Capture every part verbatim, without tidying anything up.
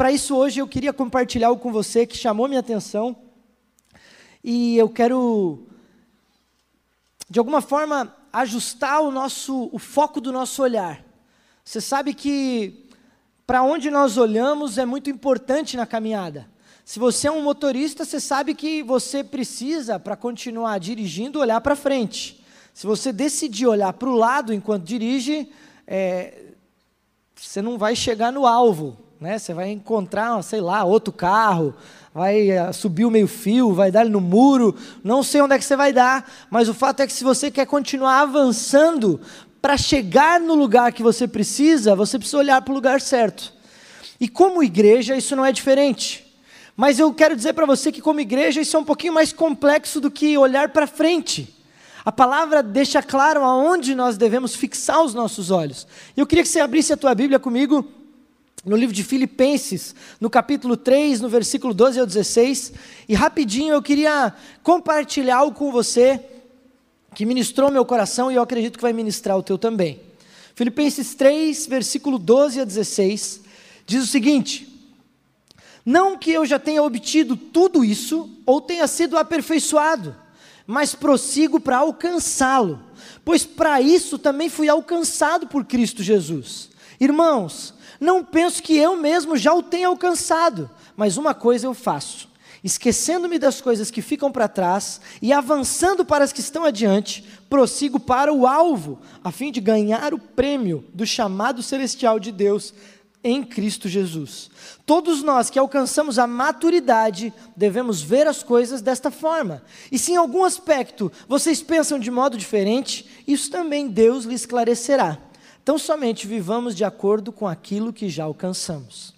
para isso hoje eu queria compartilhar algo com você que chamou minha atenção, e eu quero, de alguma forma, ajustar o, nosso, o foco do nosso olhar. Você sabe que para onde nós olhamos é muito importante na caminhada. Se você é um motorista, você sabe que você precisa, para continuar dirigindo, olhar para frente. Se você decidir olhar para o lado enquanto dirige, é, você não vai chegar no alvo, né? Você vai encontrar, sei lá, outro carro, vai subir o meio fio, vai dar no muro, não sei onde é que você vai dar, mas o fato é que se você quer continuar avançando, para chegar no lugar que você precisa, você precisa olhar para o lugar certo. E como igreja, isso não é diferente. Mas eu quero dizer para você que como igreja, isso é um pouquinho mais complexo do que olhar para frente. A palavra deixa claro aonde nós devemos fixar os nossos olhos. E eu queria que você abrisse a tua Bíblia comigo, no livro de Filipenses, no capítulo três, no versículo doze ao dezesseis. E rapidinho eu queria compartilhar algo com você, que ministrou meu coração e eu acredito que vai ministrar o teu também. Filipenses três, versículo doze a dezesseis, diz o seguinte: não que eu já tenha obtido tudo isso, ou tenha sido aperfeiçoado, mas prossigo para alcançá-lo, pois para isso também fui alcançado por Cristo Jesus. Irmãos, não penso que eu mesmo já o tenha alcançado, mas uma coisa eu faço, esquecendo-me das coisas que ficam para trás e avançando para as que estão adiante, prossigo para o alvo, a fim de ganhar o prêmio do chamado celestial de Deus em Cristo Jesus. Todos nós que alcançamos a maturidade, devemos ver as coisas desta forma. E se em algum aspecto vocês pensam de modo diferente, isso também Deus lhe esclarecerá. Então somente vivamos de acordo com aquilo que já alcançamos.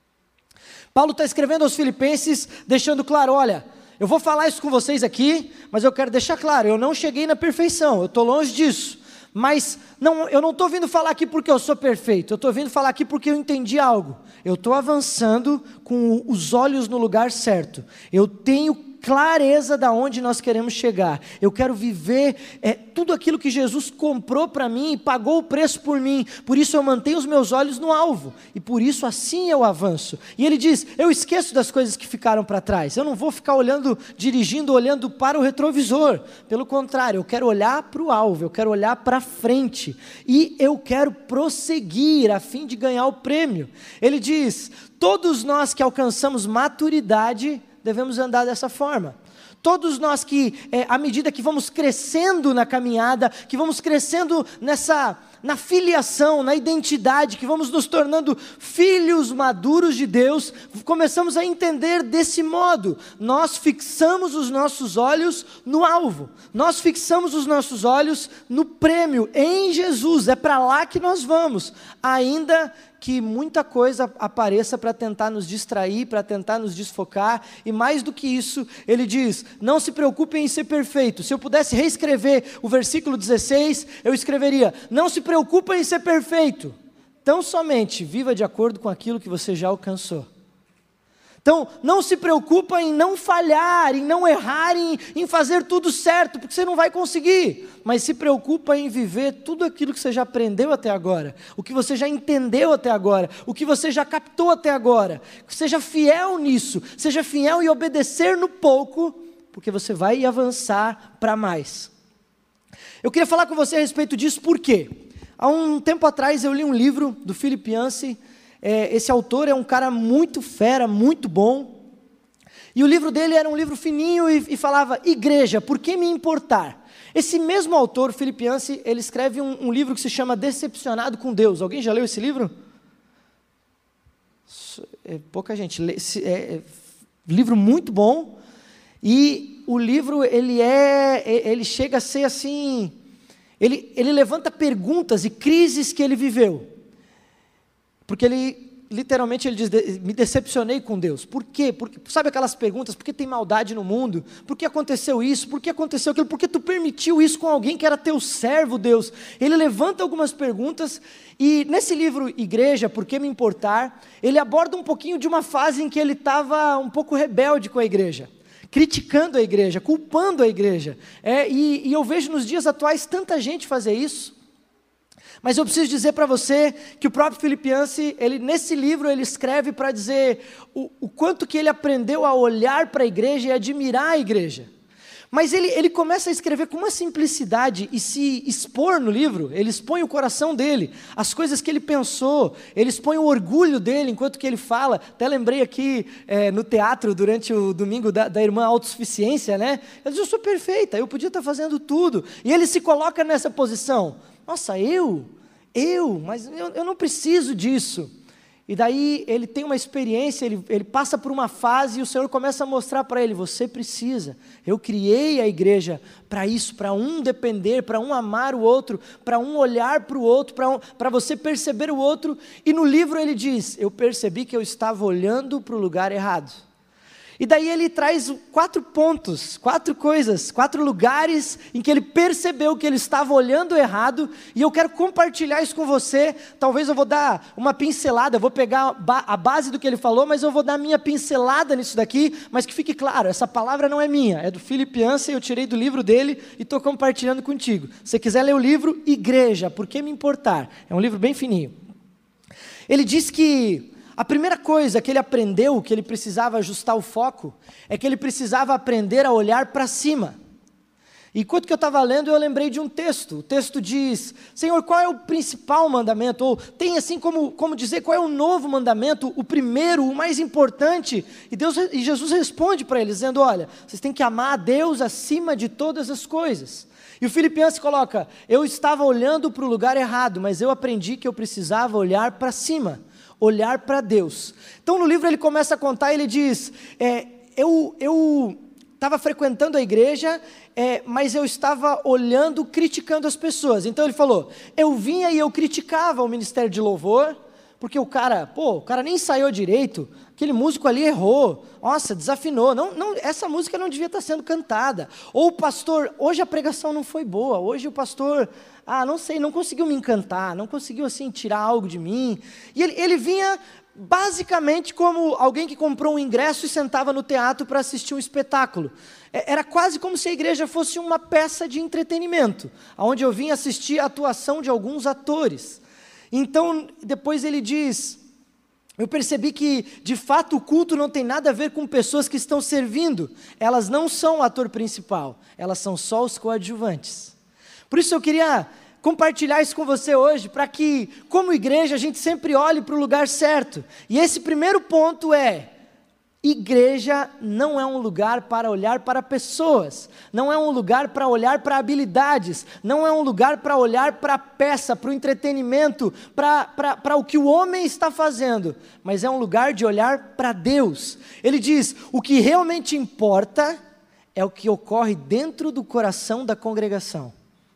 Paulo está escrevendo aos Filipenses, deixando claro, olha, eu vou falar isso com vocês aqui, mas eu quero deixar claro, eu não cheguei na perfeição, eu estou longe disso. Mas não, eu não estou vindo falar aqui porque eu sou perfeito, eu estou vindo falar aqui porque eu entendi algo. Eu estou avançando com os olhos no lugar certo. Eu tenho clareza de onde nós queremos chegar. Eu quero viver é, tudo aquilo que Jesus comprou para mim e pagou o preço por mim. Por isso eu mantenho os meus olhos no alvo. E por isso assim eu avanço. E ele diz, eu esqueço das coisas que ficaram para trás. Eu não vou ficar olhando, dirigindo, olhando para o retrovisor. Pelo contrário, eu quero olhar para o alvo, eu quero olhar para frente. E eu quero prosseguir a fim de ganhar o prêmio. Ele diz, todos nós que alcançamos maturidade, devemos andar dessa forma. Todos nós que, é, à medida que vamos crescendo na caminhada, que vamos crescendo nessa, na filiação, na identidade, que vamos nos tornando filhos maduros de Deus, começamos a entender desse modo. Nós fixamos os nossos olhos no alvo. Nós fixamos os nossos olhos no prêmio, em Jesus. É para lá que nós vamos. Ainda que muita coisa apareça para tentar nos distrair, para tentar nos desfocar, e mais do que isso, ele diz, não se preocupem em ser perfeito. Se eu pudesse reescrever o versículo dezesseis, eu escreveria, não se preocupem em ser perfeito, tão somente viva de acordo com aquilo que você já alcançou. Então, não se preocupa em não falhar, em não errar, em, em fazer tudo certo, porque você não vai conseguir. Mas se preocupa em viver tudo aquilo que você já aprendeu até agora, o que você já entendeu até agora, o que você já captou até agora. Seja fiel nisso, seja fiel em obedecer no pouco, porque você vai avançar para mais. Eu queria falar com você a respeito disso, por quê? Há um tempo atrás eu li um livro do Philip Yancey. É, esse autor é um cara muito fera, muito bom, e o livro dele era um livro fininho e, e falava, igreja, por que me importar? Esse mesmo autor, Philip Yancey, ele escreve um, um livro que se chama Decepcionado com Deus. Alguém já leu esse livro? É, pouca gente lê, é, é, livro muito bom, e o livro ele, é, ele chega a ser assim, ele, ele levanta perguntas e crises que ele viveu. Porque ele, literalmente, ele diz, me decepcionei com Deus. Por quê? Porque, sabe aquelas perguntas, por que tem maldade no mundo? Por que aconteceu isso? Por que aconteceu aquilo? Por que tu permitiu isso com alguém que era teu servo, Deus? Ele levanta algumas perguntas, e nesse livro, Igreja, Por que me importar? Ele aborda um pouquinho de uma fase em que ele estava um pouco rebelde com a igreja, criticando a igreja, culpando a igreja. É, e, e eu vejo nos dias atuais tanta gente fazer isso. Mas eu preciso dizer para você que o próprio Filipenses, ele, nesse livro, ele escreve para dizer o, o quanto que ele aprendeu a olhar para a igreja e admirar a igreja. Mas ele, ele começa a escrever com uma simplicidade e se expor no livro, ele expõe o coração dele, as coisas que ele pensou, ele expõe o orgulho dele enquanto que ele fala. Até lembrei aqui é, no teatro, durante o domingo da, da irmã autossuficiência, né? Ele diz, eu sou perfeita, eu podia estar fazendo tudo. E ele se coloca nessa posição. Nossa, eu? Eu? Mas eu, eu não preciso disso. E daí ele tem uma experiência, ele, ele passa por uma fase e o Senhor começa a mostrar para ele, você precisa, eu criei a igreja para isso, para um depender, para um amar o outro, para um olhar para o outro, para um, para você perceber o outro. E no livro ele diz, eu percebi que eu estava olhando para o lugar errado. E daí ele traz quatro pontos, quatro coisas, quatro lugares em que ele percebeu que ele estava olhando errado, e eu quero compartilhar isso com você. Talvez eu vou dar uma pincelada, eu vou pegar a base do que ele falou, mas eu vou dar a minha pincelada nisso daqui, mas que fique claro, essa palavra não é minha, é do Filipenses, eu tirei do livro dele e estou compartilhando contigo. Se você quiser ler o livro, Igreja, Por que me importar? É um livro bem fininho. Ele diz que a primeira coisa que ele aprendeu, que ele precisava ajustar o foco, é que ele precisava aprender a olhar para cima. E enquanto que eu estava lendo, eu lembrei de um texto. O texto diz, Senhor, qual é o principal mandamento? Ou tem assim como, como dizer, qual é o novo mandamento, o primeiro, o mais importante? E, Deus, e Jesus responde para eles, dizendo, olha, vocês têm que amar a Deus acima de todas as coisas. E o Filipenses coloca, eu estava olhando para o lugar errado, mas eu aprendi que eu precisava olhar para cima. Olhar para Deus. Então no livro ele começa a contar, ele diz, é, eu estava frequentando a igreja, é, mas eu estava olhando, criticando as pessoas. Então ele falou, eu vinha e eu criticava o ministério de louvor, porque o cara, pô, o cara nem ensaiou direito, aquele músico ali errou, nossa, desafinou, não, não, essa música não devia estar sendo cantada. Ou o pastor, hoje a pregação não foi boa, hoje o pastor, ah, não sei, não conseguiu me encantar, não conseguiu assim tirar algo de mim. E ele, ele vinha basicamente como alguém que comprou um ingresso e sentava no teatro para assistir um espetáculo. Era quase como se a igreja fosse uma peça de entretenimento, onde eu vim assistir a atuação de alguns atores. Então, depois ele diz, eu percebi que, de fato, o culto não tem nada a ver com pessoas que estão servindo. Elas não são o ator principal, elas são só os coadjuvantes. Por isso eu queria compartilhar isso com você hoje, para que, como igreja, a gente sempre olhe para o lugar certo. E esse primeiro ponto é, igreja não é um lugar para olhar para pessoas, não é um lugar para olhar para habilidades, não é um lugar para olhar para a peça, para o entretenimento, para, para, para o que o homem está fazendo, mas é um lugar de olhar para Deus. Ele diz, o que realmente importa é o que ocorre dentro do coração da congregação.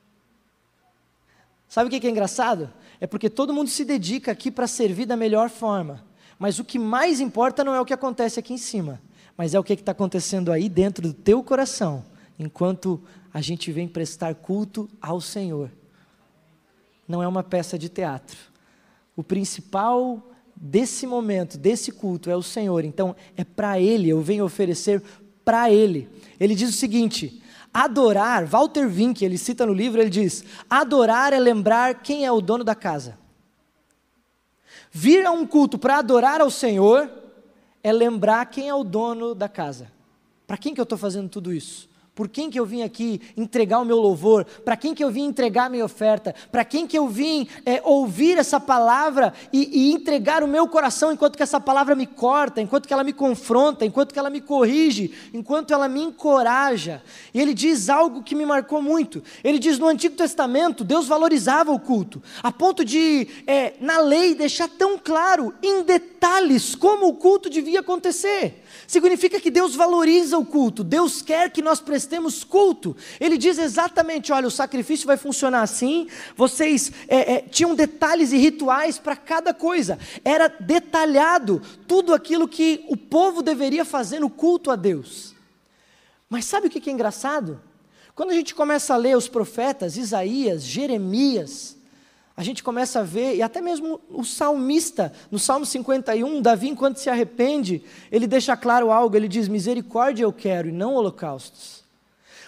Sabe o que é engraçado? É porque todo mundo se dedica aqui para servir da melhor forma. Mas o que mais importa não é o que acontece aqui em cima, mas é o que está acontecendo aí dentro do teu coração, enquanto a gente vem prestar culto ao Senhor. Não é uma peça de teatro. O principal desse momento, desse culto, é o Senhor. Então, é para Ele, eu venho oferecer para Ele. Ele diz o seguinte, adorar, Walter Wink, ele cita no livro, ele diz, adorar é lembrar quem é o dono da casa. Vir a um culto para adorar ao Senhor é lembrar quem é o dono da casa. Para quem que eu estou fazendo tudo isso? Por quem que eu vim aqui entregar o meu louvor? Para quem que eu vim entregar a minha oferta? Para quem que eu vim é, ouvir essa palavra e, e entregar o meu coração enquanto que essa palavra me corta, enquanto que ela me confronta, enquanto que ela me corrige, enquanto ela me encoraja. E ele diz algo que me marcou muito. Ele diz, no Antigo Testamento, Deus valorizava o culto, a ponto de, é, na lei, deixar tão claro, em detalhes, como o culto devia acontecer. Significa que Deus valoriza o culto, Deus quer que nós prestemos culto. Ele diz exatamente, olha, o sacrifício vai funcionar assim, vocês é, é, tinham detalhes e rituais para cada coisa, era detalhado tudo aquilo que o povo deveria fazer no culto a Deus. Mas sabe o que é engraçado? Quando a gente começa a ler os profetas, Isaías, Jeremias, a gente começa a ver, e até mesmo o salmista, no Salmo cinquenta e um, Davi, enquanto se arrepende, ele deixa claro algo, ele diz, misericórdia eu quero e não holocaustos.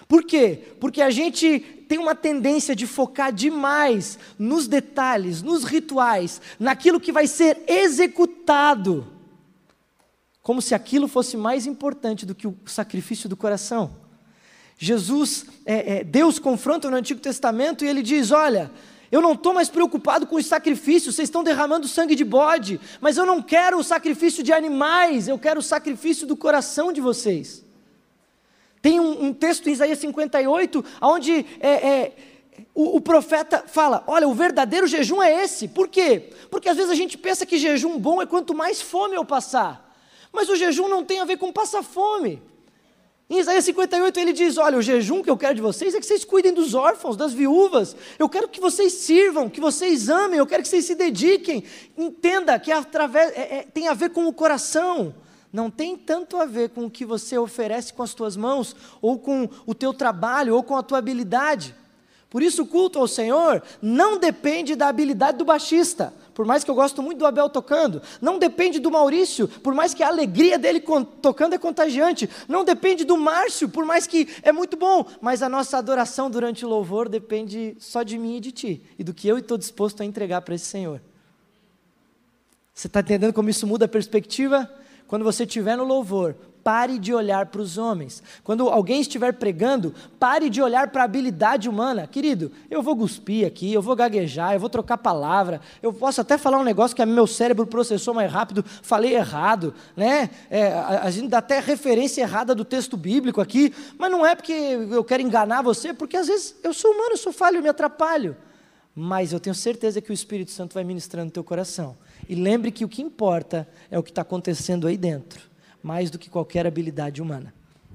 Por quê? Porque a gente tem uma tendência de focar demais nos detalhes, nos rituais, naquilo que vai ser executado, como se aquilo fosse mais importante do que o sacrifício do coração. Jesus, é, é, Deus confronta no Antigo Testamento e Ele diz, olha, eu não estou mais preocupado com os sacrifícios, vocês estão derramando sangue de bode, mas eu não quero o sacrifício de animais, eu quero o sacrifício do coração de vocês. Tem um, um texto em Isaías cinquenta e oito, onde é, é, o, o profeta fala, olha, o verdadeiro jejum é esse. Por quê? Porque às vezes a gente pensa que jejum bom é quanto mais fome eu passar, mas o jejum não tem a ver com passar fome. Em Isaías cinquenta e oito ele diz, olha, o jejum que eu quero de vocês é que vocês cuidem dos órfãos, das viúvas, eu quero que vocês sirvam, que vocês amem, eu quero que vocês se dediquem. Entenda que através, é, é, tem a ver com o coração, não tem tanto a ver com o que você oferece com as tuas mãos, ou com o teu trabalho, ou com a tua habilidade. Por isso o culto ao Senhor não depende da habilidade do baixista, por mais que eu gosto muito do Abel tocando, não depende do Maurício, por mais que a alegria dele tocando é contagiante, não depende do Márcio, por mais que é muito bom, mas a nossa adoração durante o louvor depende só de mim e de ti, e do que eu estou disposto a entregar para esse Senhor. Você está entendendo como isso muda a perspectiva? Quando você estiver no louvor, pare de olhar para os homens. Quando alguém estiver pregando, pare de olhar para a habilidade humana. Querido, eu vou cuspir aqui, eu vou gaguejar, eu vou trocar palavra, eu posso até falar um negócio que meu cérebro processou mais rápido, falei errado, né? É, a, a gente dá até referência errada do texto bíblico aqui, mas não é porque eu quero enganar você, porque às vezes eu sou humano, eu sou falho, eu me atrapalho. Mas eu tenho certeza que o Espírito Santo vai ministrando no teu coração. E lembre que o que importa é o que está acontecendo aí dentro, mais do que qualquer habilidade humana.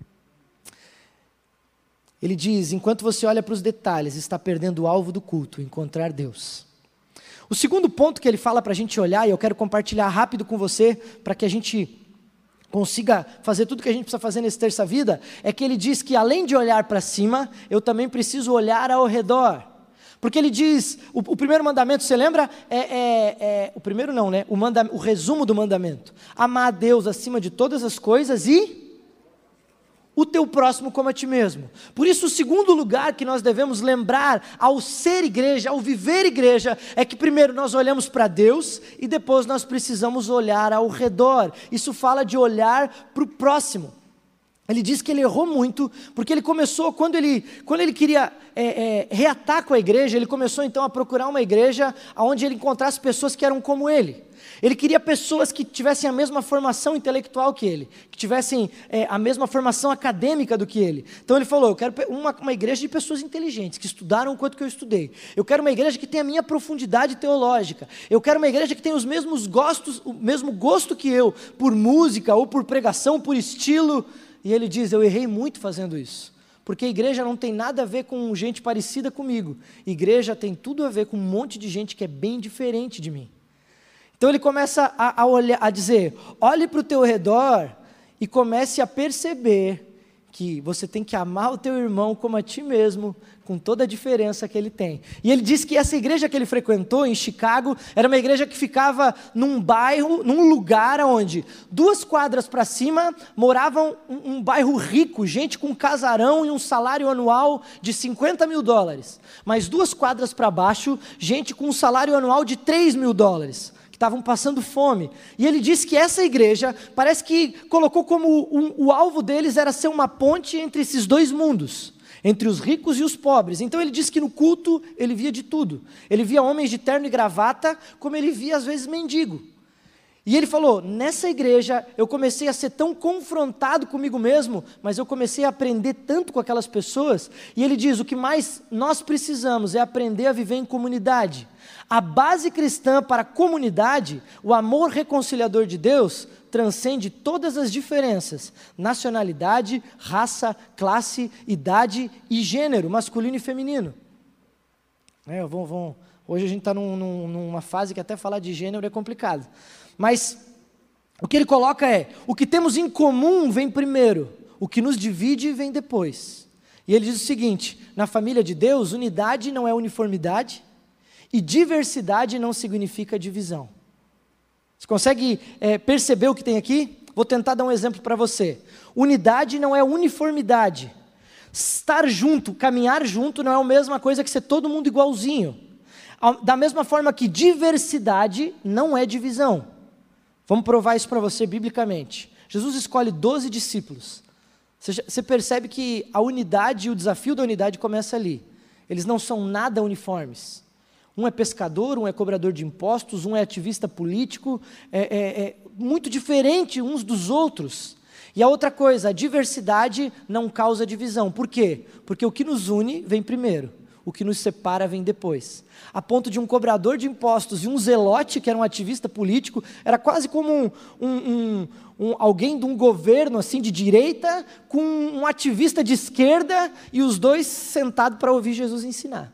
Ele diz, enquanto você olha para os detalhes, está perdendo o alvo do culto, encontrar Deus. O segundo ponto que ele fala para a gente olhar, e eu quero compartilhar rápido com você, para que a gente consiga fazer tudo que a gente precisa fazer nesse terça vida, é que ele diz que além de olhar para cima, eu também preciso olhar ao redor. Porque ele diz, o, o primeiro mandamento, você lembra? É, é, é, o primeiro não, né? O, manda, o resumo do mandamento. Amar a Deus acima de todas as coisas e o teu próximo como a ti mesmo. Por isso o segundo lugar que nós devemos lembrar ao ser igreja, ao viver igreja, é que primeiro nós olhamos para Deus e depois nós precisamos olhar ao redor. Isso fala de olhar para o próximo. Ele diz que ele errou muito, porque ele começou, quando ele, quando ele queria é, é, reatar com a igreja, ele começou então a procurar uma igreja onde ele encontrasse pessoas que eram como ele. Ele queria pessoas que tivessem a mesma formação intelectual que ele, que tivessem é, a mesma formação acadêmica do que ele. Então ele falou, eu quero uma, uma igreja de pessoas inteligentes, que estudaram o quanto que eu estudei. Eu quero uma igreja que tenha a minha profundidade teológica. Eu quero uma igreja que tenha os mesmos gostos, o mesmo gosto que eu, por música, ou por pregação, por estilo. E ele diz, eu errei muito fazendo isso, porque a igreja não tem nada a ver com gente parecida comigo, igreja tem tudo a ver com um monte de gente que é bem diferente de mim. Então ele começa a, a, olhar, a dizer, olhe para o teu redor e comece a perceber que você tem que amar o teu irmão como a ti mesmo, com toda a diferença que ele tem. E ele disse que essa igreja que ele frequentou em Chicago, era uma igreja que ficava num bairro, num lugar onde, duas quadras para cima, moravam um, um bairro rico, gente com casarão e um salário anual de cinquenta mil dólares. Mas duas quadras para baixo, gente com um salário anual de três mil dólares. Estavam passando fome, e ele disse que essa igreja, parece que colocou como um, o alvo deles era ser uma ponte entre esses dois mundos, entre os ricos e os pobres. Então ele disse que no culto ele via de tudo, ele via homens de terno e gravata, como ele via às vezes mendigo. E ele falou, nessa igreja eu comecei a ser tão confrontado comigo mesmo, mas eu comecei a aprender tanto com aquelas pessoas, e ele diz, o que mais nós precisamos é aprender a viver em comunidade. A base cristã para a comunidade, o amor reconciliador de Deus, transcende todas as diferenças, nacionalidade, raça, classe, idade e gênero, masculino e feminino. É, vão, vão, hoje a gente está num, num, numa fase que até falar de gênero é complicado. Mas o que ele coloca é, o que temos em comum vem primeiro, o que nos divide vem depois. E ele diz o seguinte, na família de Deus, unidade não é uniformidade, e diversidade não significa divisão. Você consegue é, perceber o que tem aqui? Vou tentar dar um exemplo para você. Unidade não é uniformidade. Estar junto, caminhar junto não é a mesma coisa que ser todo mundo igualzinho. Da mesma forma que diversidade não é divisão. Vamos provar isso para você biblicamente. Jesus escolhe doze discípulos. Você, você percebe que a unidade e o desafio da unidade começa ali. Eles não são nada uniformes. Um é pescador, um é cobrador de impostos, um é ativista político, é, é, é muito diferente uns dos outros. E a outra coisa, a diversidade não causa divisão. Por quê? Porque o que nos une vem primeiro, o que nos separa vem depois. A ponto de um cobrador de impostos e um zelote, que era um ativista político, era quase como um, um, um, um, alguém de um governo assim, de direita, com um ativista de esquerda, e os dois sentados para ouvir Jesus ensinar.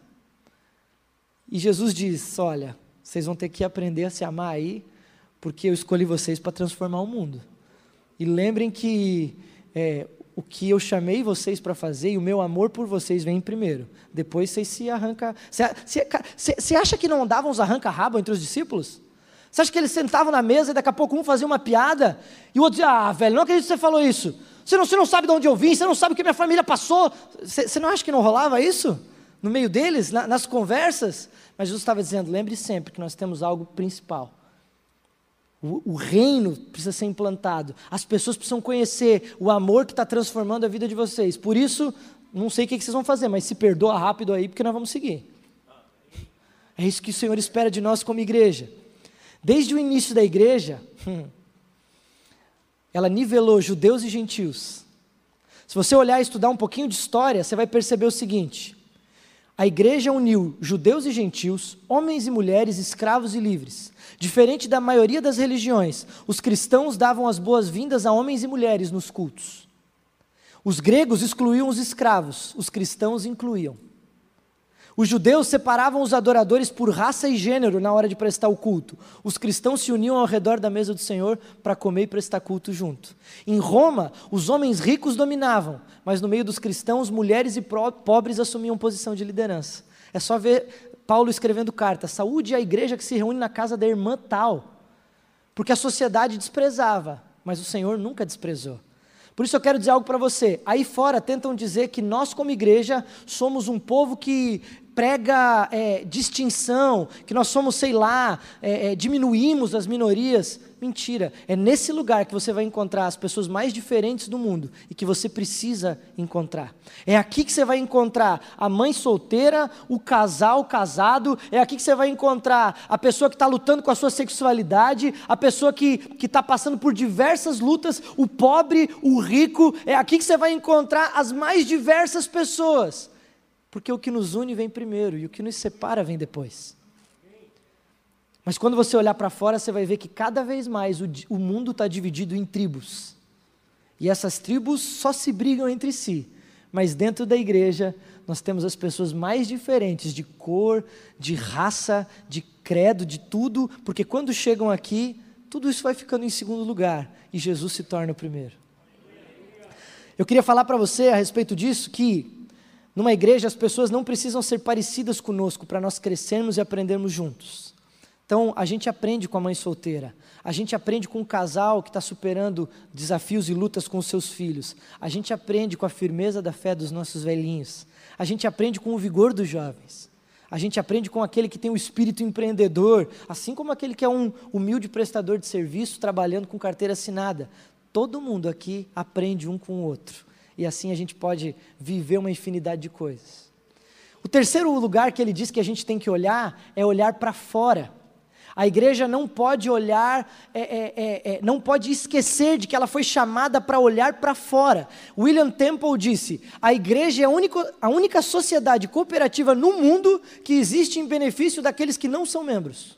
E Jesus diz, olha, vocês vão ter que aprender a se amar aí, porque eu escolhi vocês para transformar o mundo. E lembrem que é, o que eu chamei vocês para fazer e o meu amor por vocês vem primeiro. Depois vocês se arrancam. Você acha que não davam uns arranca-rabo entre os discípulos? Você acha que eles sentavam na mesa e daqui a pouco um fazia uma piada e o outro dizia, ah, velho, não acredito que você falou isso. Você não, você não sabe de onde eu vim, você não sabe o que minha família passou. Você, você não acha que não rolava isso? No meio deles, na, nas conversas? Mas Jesus estava dizendo, lembre sempre que nós temos algo principal. O reino precisa ser implantado. As pessoas precisam conhecer o amor que está transformando a vida de vocês. Por isso, não sei o que vocês vão fazer, mas se perdoa rápido aí, porque nós vamos seguir. É isso que o Senhor espera de nós como igreja. Desde o início da igreja, hum, ela nivelou judeus e gentios. Se você olhar e estudar um pouquinho de história, você vai perceber o seguinte. A igreja uniu judeus e gentios, homens e mulheres, escravos e livres. Diferente da maioria das religiões, os cristãos davam as boas-vindas a homens e mulheres nos cultos. Os gregos excluíam os escravos, os cristãos incluíam. Os judeus separavam os adoradores por raça e gênero na hora de prestar o culto. Os cristãos se uniam ao redor da mesa do Senhor para comer e prestar culto junto. Em Roma, os homens ricos dominavam, mas no meio dos cristãos, mulheres e pobres assumiam posição de liderança. É só ver Paulo escrevendo carta, saúde a igreja que se reúne na casa da irmã tal, porque a sociedade desprezava, mas o Senhor nunca desprezou. Por isso eu quero dizer algo para você, aí fora tentam dizer que nós como igreja somos um povo que prega é, distinção, que nós somos, sei lá, é, é, diminuímos as minorias. Mentira, é nesse lugar que você vai encontrar as pessoas mais diferentes do mundo e que você precisa encontrar. É aqui que você vai encontrar a mãe solteira, o casal casado, é aqui que você vai encontrar a pessoa que está lutando com a sua sexualidade, a pessoa que está passando por diversas lutas, o pobre, o rico, é aqui que você vai encontrar as mais diversas pessoas. Porque o que nos une vem primeiro e o que nos separa vem depois. Mas quando você olhar para fora, você vai ver que cada vez mais o, o mundo está dividido em tribos. E essas tribos só se brigam entre si. Mas dentro da igreja, nós temos as pessoas mais diferentes de cor, de raça, de credo, de tudo. Porque quando chegam aqui, tudo isso vai ficando em segundo lugar. E Jesus se torna o primeiro. Eu queria falar para você a respeito disso, que numa igreja as pessoas não precisam ser parecidas conosco para nós crescermos e aprendermos juntos. Então, a gente aprende com a mãe solteira, a gente aprende com o casal que está superando desafios e lutas com os seus filhos, a gente aprende com a firmeza da fé dos nossos velhinhos, a gente aprende com o vigor dos jovens, a gente aprende com aquele que tem o espírito empreendedor, assim como aquele que é um humilde prestador de serviço trabalhando com carteira assinada. Todo mundo aqui aprende um com o outro, e assim a gente pode viver uma infinidade de coisas. O terceiro lugar que ele diz que a gente tem que olhar é olhar para fora. A igreja não pode olhar, é, é, é, é, não pode esquecer de que ela foi chamada para olhar para fora. William Temple disse, a igreja é a única, a única sociedade cooperativa no mundo que existe em benefício daqueles que não são membros.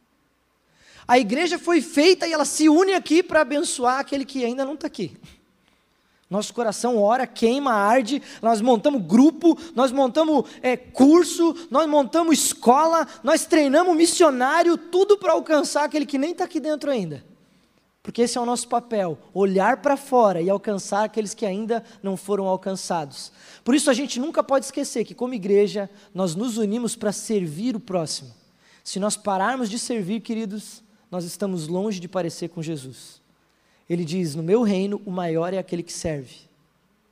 A igreja foi feita e ela se une aqui para abençoar aquele que ainda não está aqui. Nosso coração ora, queima, arde, nós montamos grupo, nós montamos é, curso, nós montamos escola, nós treinamos missionário, tudo para alcançar aquele que nem está aqui dentro ainda. Porque esse é o nosso papel, olhar para fora e alcançar aqueles que ainda não foram alcançados. Por isso a gente nunca pode esquecer que como igreja, nós nos unimos para servir o próximo. Se nós pararmos de servir, queridos, nós estamos longe de parecer com Jesus. Ele diz, no meu reino, o maior é aquele que serve.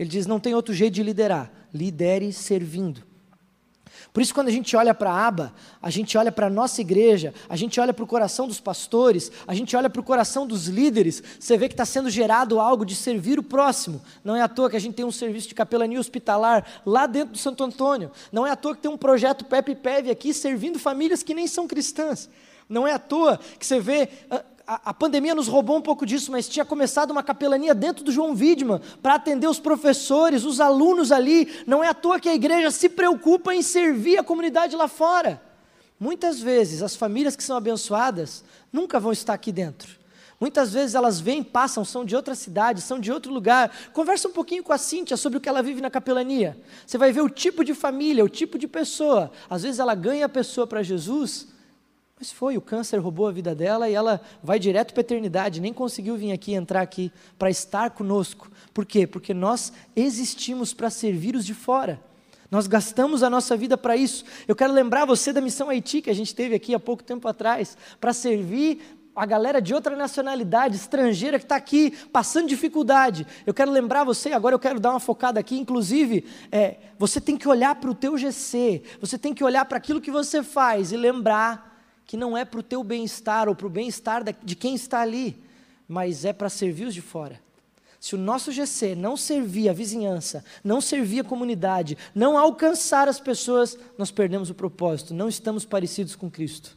Ele diz, não tem outro jeito de liderar, lidere servindo. Por isso, quando a gente olha para a aba, a gente olha para a nossa igreja, a gente olha para o coração dos pastores, a gente olha para o coração dos líderes, você vê que está sendo gerado algo de servir o próximo. Não é à toa que a gente tem um serviço de capelania hospitalar lá dentro do Santo Antônio. Não é à toa que tem um projeto Pepe Pev aqui, servindo famílias que nem são cristãs. Não é à toa que você vê... A, a pandemia nos roubou um pouco disso, mas tinha começado uma capelania dentro do João Widmann, para atender os professores, os alunos ali. Não é à toa que a igreja se preocupa em servir a comunidade lá fora. Muitas vezes, as famílias que são abençoadas, nunca vão estar aqui dentro. Muitas vezes elas vêm, passam, são de outra cidade, são de outro lugar. Conversa um pouquinho com a Cíntia sobre o que ela vive na capelania. Você vai ver o tipo de família, o tipo de pessoa. Às vezes ela ganha a pessoa para Jesus, mas foi, o câncer roubou a vida dela e ela vai direto para a eternidade, nem conseguiu vir aqui, entrar aqui, para estar conosco. Por quê? Porque nós existimos para servir os de fora. Nós gastamos a nossa vida para isso. Eu quero lembrar você da missão Haiti, que a gente teve aqui há pouco tempo atrás, para servir a galera de outra nacionalidade, estrangeira, que está aqui, passando dificuldade. Eu quero lembrar você, agora eu quero dar uma focada aqui, inclusive, é, você tem que olhar para o teu G C, você tem que olhar para aquilo que você faz e lembrar que não é para o teu bem-estar ou para o bem-estar de quem está ali, mas é para servir os de fora. Se o nosso G C não servir a vizinhança, não servir a comunidade, não alcançar as pessoas, nós perdemos o propósito, não estamos parecidos com Cristo.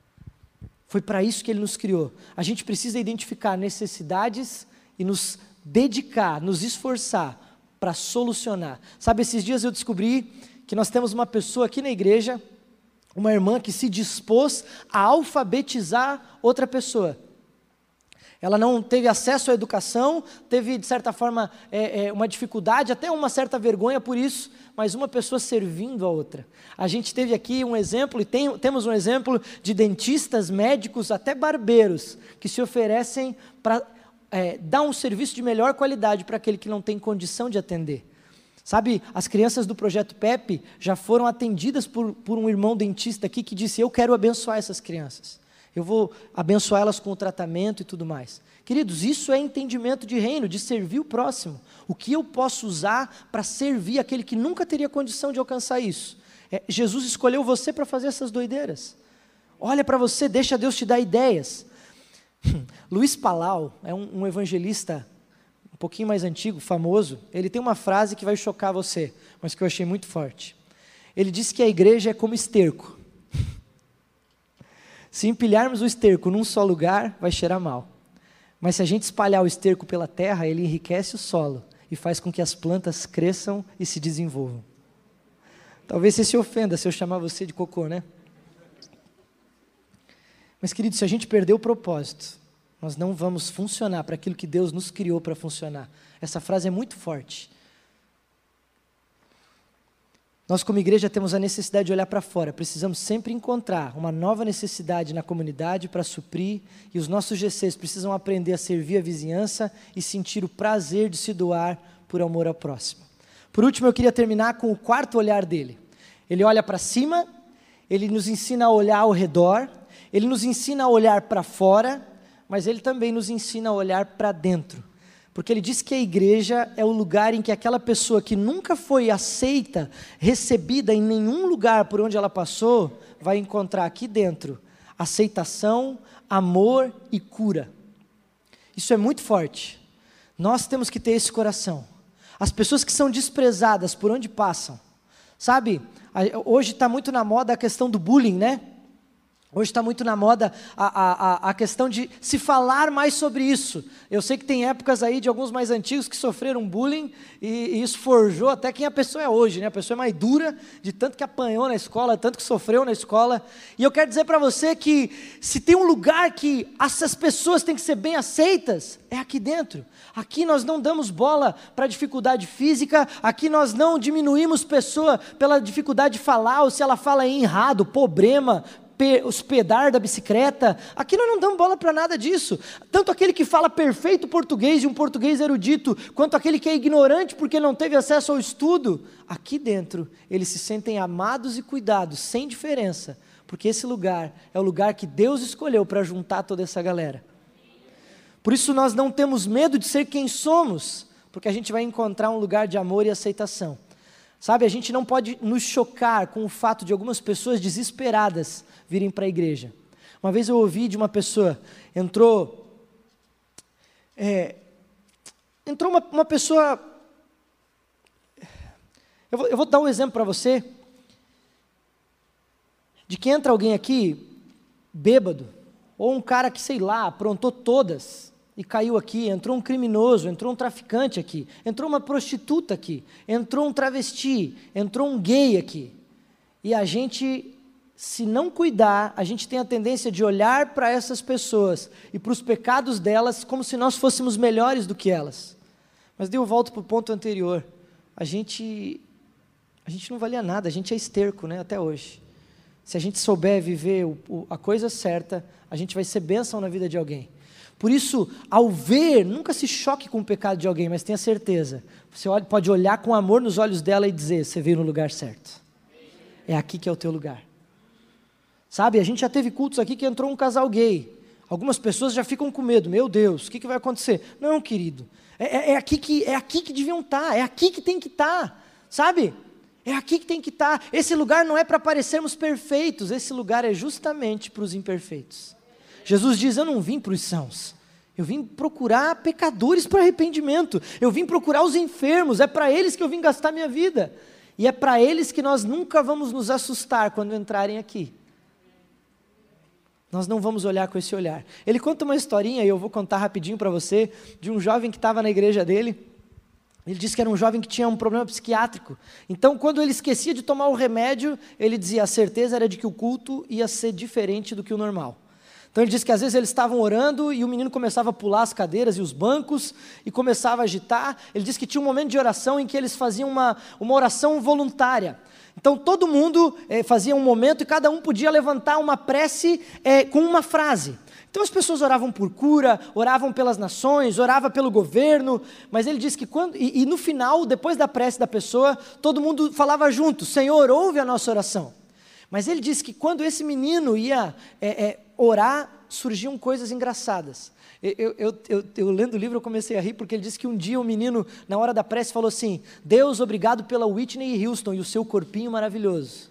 Foi para isso que Ele nos criou. A gente precisa identificar necessidades e nos dedicar, nos esforçar para solucionar. Sabe, esses dias eu descobri que nós temos uma pessoa aqui na igreja, uma irmã que se dispôs a alfabetizar outra pessoa. Ela não teve acesso à educação, teve de certa forma é, é, uma dificuldade, até uma certa vergonha por isso, mas uma pessoa servindo a outra. A gente teve aqui um exemplo, e tem, temos um exemplo de dentistas, médicos, até barbeiros, que se oferecem para é, dar um serviço de melhor qualidade para aquele que não tem condição de atender. Sabe, as crianças do Projeto Pepe já foram atendidas por, por um irmão dentista aqui que disse, eu quero abençoar essas crianças. Eu vou abençoá-las com o tratamento e tudo mais. Queridos, isso é entendimento de reino, de servir o próximo. O que eu posso usar para servir aquele que nunca teria condição de alcançar isso? É, Jesus escolheu você para fazer essas doideiras. Olha para você, deixa Deus te dar ideias. Luiz Palau é um, um evangelista um pouquinho mais antigo, famoso. Ele tem uma frase que vai chocar você, mas que eu achei muito forte. Ele disse que a igreja é como esterco. Se empilharmos o esterco num só lugar, vai cheirar mal. Mas se a gente espalhar o esterco pela terra, ele enriquece o solo e faz com que as plantas cresçam e se desenvolvam. Talvez você se ofenda se eu chamar você de cocô, né? Mas, querido, se a gente perder o propósito, nós não vamos funcionar para aquilo que Deus nos criou para funcionar. Essa frase é muito forte. Nós, como igreja, temos a necessidade de olhar para fora. Precisamos sempre encontrar uma nova necessidade na comunidade para suprir. E os nossos G Cs precisam aprender a servir a vizinhança e sentir o prazer de se doar por amor ao próximo. Por último, eu queria terminar com o quarto olhar dele. Ele olha para cima, ele nos ensina a olhar ao redor, ele nos ensina a olhar para fora, mas ele também nos ensina a olhar para dentro. Porque ele diz que a igreja é o lugar em que aquela pessoa que nunca foi aceita, recebida em nenhum lugar por onde ela passou, vai encontrar aqui dentro aceitação, amor e cura. Isso é muito forte. Nós temos que ter esse coração. As pessoas que são desprezadas por onde passam, sabe, hoje está muito na moda a questão do bullying, né? Hoje está muito na moda a, a, a questão de se falar mais sobre isso. Eu sei que tem épocas aí de alguns mais antigos que sofreram bullying e, e isso forjou até quem a pessoa é hoje, né? A pessoa é mais dura, de tanto que apanhou na escola, tanto que sofreu na escola. E eu quero dizer para você que se tem um lugar que essas pessoas têm que ser bem aceitas, é aqui dentro. Aqui nós não damos bola para a dificuldade física, aqui nós não diminuímos pessoa pela dificuldade de falar, ou se ela fala errado, problema, hospedar da bicicleta. Aqui nós não damos bola para nada disso. Tanto aquele que fala perfeito português e um português erudito, quanto aquele que é ignorante porque não teve acesso ao estudo, aqui dentro eles se sentem amados e cuidados, sem diferença, porque esse lugar é o lugar que Deus escolheu para juntar toda essa galera. Por isso nós não temos medo de ser quem somos, porque a gente vai encontrar um lugar de amor e aceitação. Sabe, a gente não pode nos chocar com o fato de algumas pessoas desesperadas virem para a igreja. Uma vez eu ouvi de uma pessoa, entrou, é, entrou uma, uma pessoa, eu vou, eu vou dar um exemplo para você, de que entra alguém aqui, bêbado, ou um cara que, sei lá, aprontou todas, e caiu aqui, entrou um criminoso, entrou um traficante aqui, entrou uma prostituta aqui, entrou um travesti, entrou um gay aqui. E a gente, se não cuidar, a gente tem a tendência de olhar para essas pessoas e para os pecados delas como se nós fôssemos melhores do que elas. Mas daí eu volto para o ponto anterior. A gente, a gente não valia nada, a gente é esterco, né, até hoje. Se a gente souber viver o, o, a coisa certa, a gente vai ser bênção na vida de alguém. Por isso, ao ver, nunca se choque com o pecado de alguém, mas tenha certeza. Você pode olhar com amor nos olhos dela e dizer, você veio no lugar certo. É aqui que é o teu lugar. Sabe, a gente já teve cultos aqui que entrou um casal gay. Algumas pessoas já ficam com medo. Meu Deus, o que, que vai acontecer? Não, querido, é, é, é, aqui, que, é aqui que deviam estar, é aqui que tem que estar, sabe? É aqui que tem que estar. Esse lugar não é para parecermos perfeitos, esse lugar é justamente para os imperfeitos. Jesus diz, eu não vim para os sãos, eu vim procurar pecadores para arrependimento, eu vim procurar os enfermos, é para eles que eu vim gastar minha vida, e é para eles que nós nunca vamos nos assustar quando entrarem aqui. Nós não vamos olhar com esse olhar. Ele conta uma historinha, e eu vou contar rapidinho para você, de um jovem que estava na igreja dele. Ele disse que era um jovem que tinha um problema psiquiátrico. Então, quando ele esquecia de tomar o remédio, ele dizia, a certeza era de que o culto ia ser diferente do que o normal. Então ele disse que às vezes eles estavam orando e o menino começava a pular as cadeiras e os bancos e começava a agitar. Ele disse que tinha um momento de oração em que eles faziam uma, uma oração voluntária. Então todo mundo eh, fazia um momento e cada um podia levantar uma prece eh, com uma frase. Então as pessoas oravam por cura, oravam pelas nações, oravam pelo governo, mas ele disse que quando, e, e no final, depois da prece da pessoa, todo mundo falava junto, Senhor, ouve a nossa oração. Mas ele disse que quando esse menino ia é, é, orar, surgiam coisas engraçadas. Eu, eu, eu, eu, eu lendo o livro eu comecei a rir, porque ele disse que um dia o menino, na hora da prece, falou assim, Deus, obrigado pela Whitney Houston e o seu corpinho maravilhoso.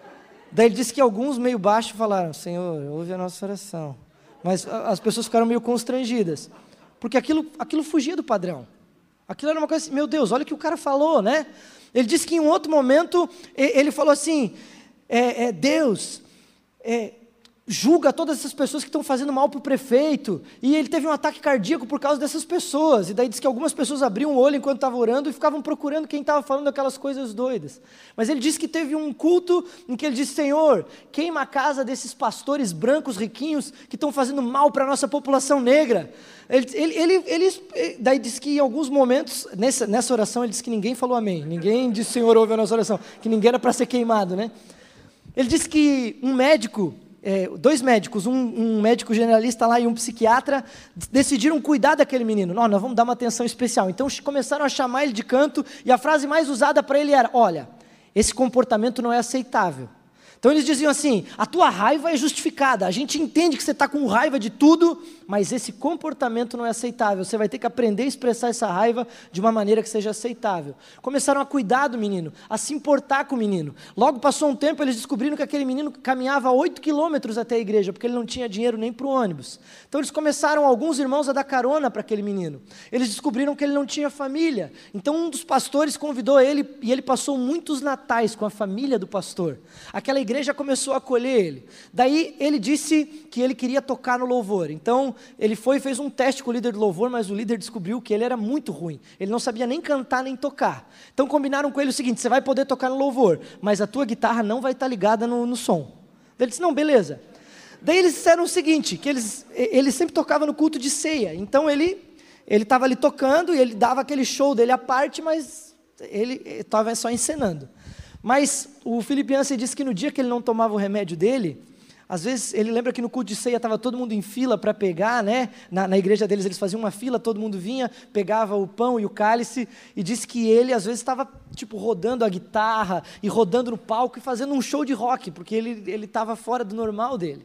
Daí ele disse que alguns meio baixo falaram, Senhor, ouve a nossa oração. Mas as pessoas ficaram meio constrangidas, porque aquilo, aquilo fugia do padrão. Aquilo era uma coisa assim, meu Deus, olha o que o cara falou, né? Ele disse que em um outro momento, ele falou assim, é, é, Deus, é, julga todas essas pessoas que estão fazendo mal para o prefeito, e ele teve um ataque cardíaco por causa dessas pessoas, e daí disse que algumas pessoas abriam o olho enquanto estavam orando, e ficavam procurando quem estava falando aquelas coisas doidas, mas ele disse que teve um culto, em que ele disse, Senhor, queima a casa desses pastores brancos riquinhos, que estão fazendo mal para a nossa população negra. Ele, ele, ele, ele daí disse que em alguns momentos, nessa, nessa oração ele disse que ninguém falou amém, ninguém disse, Senhor, ouve a nossa oração, que ninguém era para ser queimado, né? Ele disse que um médico, É, dois médicos, um, um médico generalista lá e um psiquiatra, decidiram cuidar daquele menino. Não, nós vamos dar uma atenção especial. Então começaram a chamar ele de canto, e a frase mais usada para ele era, olha, esse comportamento não é aceitável. Então eles diziam assim, a tua raiva é justificada, a gente entende que você está com raiva de tudo, mas esse comportamento não é aceitável, você vai ter que aprender a expressar essa raiva de uma maneira que seja aceitável. Começaram a cuidar do menino, a se importar com o menino. Logo passou um tempo, eles descobriram que aquele menino caminhava oito quilômetros até a igreja, porque ele não tinha dinheiro nem para o ônibus. Então eles começaram, alguns irmãos, a dar carona para aquele menino. Eles descobriram que ele não tinha família, então um dos pastores convidou ele, e ele passou muitos natais com a família do pastor. Aquela igreja começou a acolher ele. Daí ele disse que ele queria tocar no louvor. Então ele foi e fez um teste com o líder do louvor, mas o líder descobriu que ele era muito ruim. Ele não sabia nem cantar nem tocar. Então combinaram com ele o seguinte, você vai poder tocar no louvor, mas a tua guitarra não vai estar ligada no, no som. Ele disse, não, beleza. Daí eles disseram o seguinte, que eles, ele sempre tocava no culto de ceia. Então ele ele estava ali tocando e ele dava aquele show dele à parte, mas ele estava só encenando. Mas o Philip Yancey disse que no dia que ele não tomava o remédio dele, às vezes ele lembra que no culto de ceia estava todo mundo em fila para pegar, né? Na, na igreja deles eles faziam uma fila, todo mundo vinha, pegava o pão e o cálice, e disse que ele às vezes estava tipo rodando a guitarra e rodando no palco e fazendo um show de rock, porque ele ele estava fora do normal dele.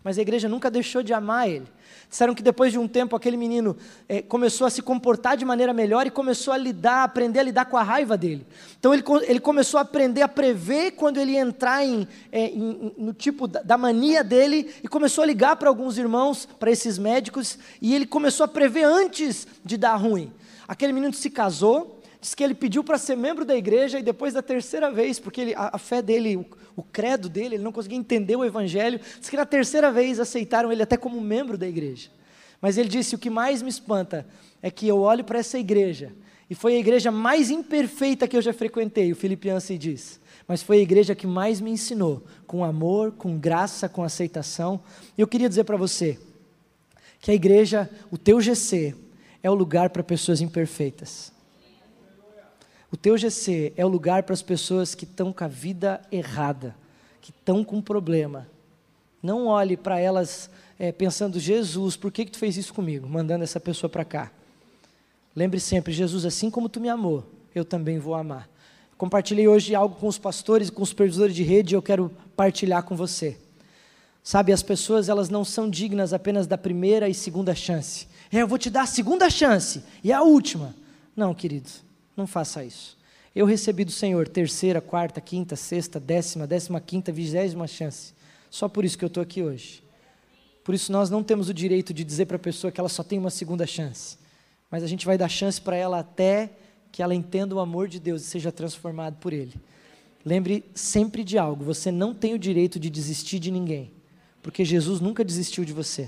mas a igreja nunca deixou de amar ele. Disseram que depois de um tempo aquele menino é, começou a se comportar de maneira melhor e começou a lidar, aprender a lidar com a raiva dele. Então ele, ele começou a aprender a prever quando ele ia entrar em, é, em, no tipo da, da mania dele, e começou a ligar para alguns irmãos, para esses médicos, e ele começou a prever antes de dar ruim. Aquele menino se casou, diz que ele pediu para ser membro da igreja, e depois da terceira vez, porque ele, a, a fé dele, o, o credo dele, ele não conseguia entender o evangelho, diz que na terceira vez aceitaram ele até como membro da igreja. Mas ele disse: o que mais me espanta é que eu olho para essa igreja, e foi a igreja mais imperfeita que eu já frequentei, o Philip Yancey diz, mas foi a igreja que mais me ensinou, com amor, com graça, com aceitação. E eu queria dizer para você, que a igreja, o teu G C, é o lugar para pessoas imperfeitas. O teu G C é o lugar para as pessoas que estão com a vida errada, que estão com problema. Não olhe para elas é, pensando: Jesus, por que, que tu fez isso comigo? Mandando essa pessoa para cá. Lembre sempre: Jesus, assim como tu me amou, eu também vou amar. Compartilhei hoje algo com os pastores e com os supervisores de rede, e eu quero partilhar com você. Sabe, as pessoas, elas não são dignas apenas da primeira e segunda chance. É, eu vou te dar a segunda chance e a última. Não, querido. Não faça isso. Eu recebi do Senhor terceira, quarta, quinta, sexta, décima, décima quinta, vigésima chance. Só por isso que eu estou aqui hoje. Por isso nós não temos o direito de dizer para a pessoa que ela só tem uma segunda chance. Mas a gente vai dar chance para ela até que ela entenda o amor de Deus e seja transformada por Ele. Lembre sempre de algo: você não tem o direito de desistir de ninguém, porque Jesus nunca desistiu de você.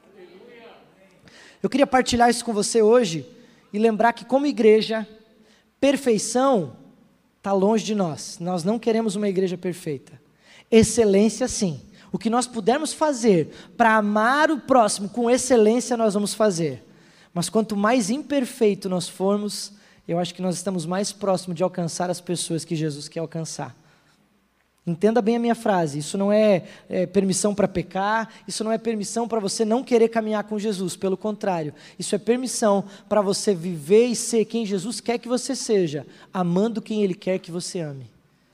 Eu queria partilhar isso com você hoje e lembrar que, como igreja, perfeição está longe de nós. Nós não queremos uma igreja perfeita. Excelência, sim. O que nós pudermos fazer para amar o próximo com excelência, nós vamos fazer. Mas quanto mais imperfeito nós formos, eu acho que nós estamos mais próximos de alcançar as pessoas que Jesus quer alcançar. Entenda bem a minha frase: isso não é, é permissão para pecar, isso não é permissão para você não querer caminhar com Jesus, pelo contrário, isso é permissão para você viver e ser quem Jesus quer que você seja, amando quem Ele quer que você ame.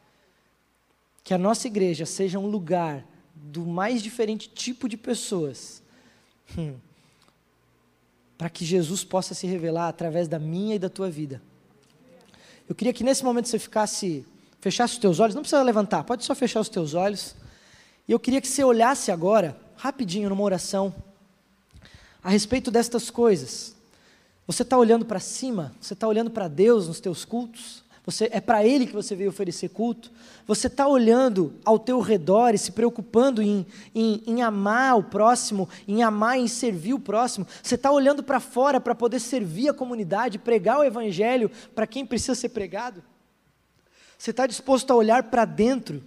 Que a nossa igreja seja um lugar do mais diferente tipo de pessoas, hum, para que Jesus possa se revelar através da minha e da tua vida. Eu queria que nesse momento você ficasse... fechasse os teus olhos, não precisa levantar, pode só fechar os teus olhos. E eu queria que você olhasse agora, rapidinho, numa oração, a respeito destas coisas. Você está olhando para cima? Você está olhando para Deus nos teus cultos? Você, é para Ele que você veio oferecer culto? Você está olhando ao teu redor e se preocupando em, em, em amar o próximo, em amar e em servir o próximo? Você está olhando para fora para poder servir a comunidade, pregar o Evangelho para quem precisa ser pregado? Você está disposto a olhar para dentro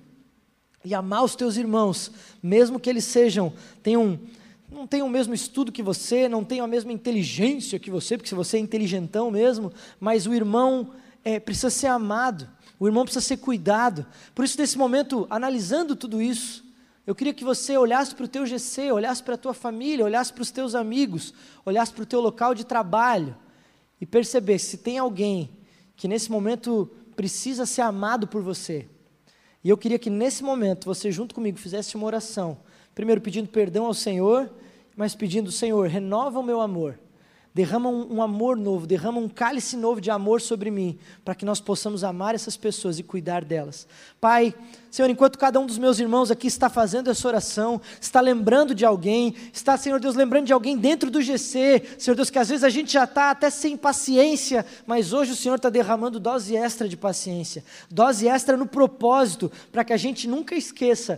e amar os teus irmãos, mesmo que eles sejam, tenham, não tenham o mesmo estudo que você, não tenham a mesma inteligência que você, porque se você é inteligentão mesmo, mas o irmão é, precisa ser amado, o irmão precisa ser cuidado. Por isso, nesse momento, analisando tudo isso, eu queria que você olhasse para o teu G C, olhasse para a tua família, olhasse para os teus amigos, olhasse para o teu local de trabalho e percebesse se tem alguém que nesse momento precisa ser amado por você. E eu queria que nesse momento você junto comigo fizesse uma oração, primeiro pedindo perdão ao Senhor, mas pedindo: Senhor, renova o meu amor, derrama um, um amor novo, derrama um cálice novo de amor sobre mim, para que nós possamos amar essas pessoas e cuidar delas. Pai, Senhor, enquanto cada um dos meus irmãos aqui está fazendo essa oração, está lembrando de alguém, está, Senhor Deus, lembrando de alguém dentro do G C, Senhor Deus, que às vezes a gente já está até sem paciência, mas hoje o Senhor está derramando dose extra de paciência, dose extra no propósito, para que a gente nunca esqueça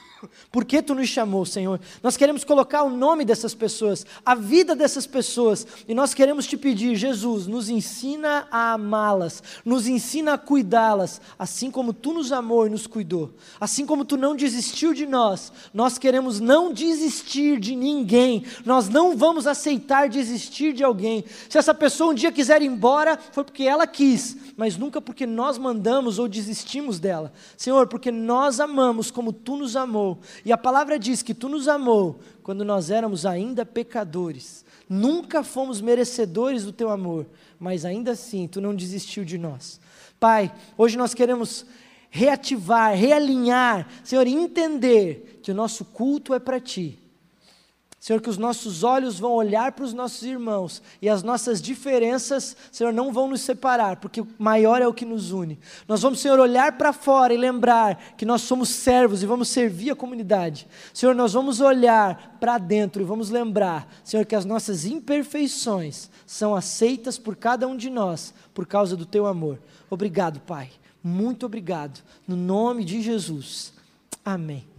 por que tu nos chamou, Senhor. Nós queremos colocar o nome dessas pessoas, a vida dessas pessoas, e nós queremos te pedir: Jesus, nos ensina a amá-las, nos ensina a cuidá-las, assim como tu nos amou e nos cuidou, assim como tu não desistiu de nós. Nós queremos não desistir de ninguém, nós não vamos aceitar desistir de alguém. Se essa pessoa um dia quiser ir embora, foi porque ela quis, mas nunca porque nós mandamos ou desistimos dela, Senhor, porque nós amamos como tu nos amou. E a palavra diz que tu nos amou quando nós éramos ainda pecadores, nunca fomos merecedores do teu amor, mas ainda assim tu não desistiu de nós. Pai, hoje nós queremos reativar, realinhar, Senhor, entender que o nosso culto é para ti, Senhor, que os nossos olhos vão olhar para os nossos irmãos e as nossas diferenças, Senhor, não vão nos separar, porque o maior é o que nos une. Nós vamos, Senhor, olhar para fora e lembrar que nós somos servos e vamos servir a comunidade. Senhor, nós vamos olhar para dentro e vamos lembrar, Senhor, que as nossas imperfeições são aceitas por cada um de nós, por causa do Teu amor. Obrigado, Pai. Muito obrigado. No nome de Jesus. Amém.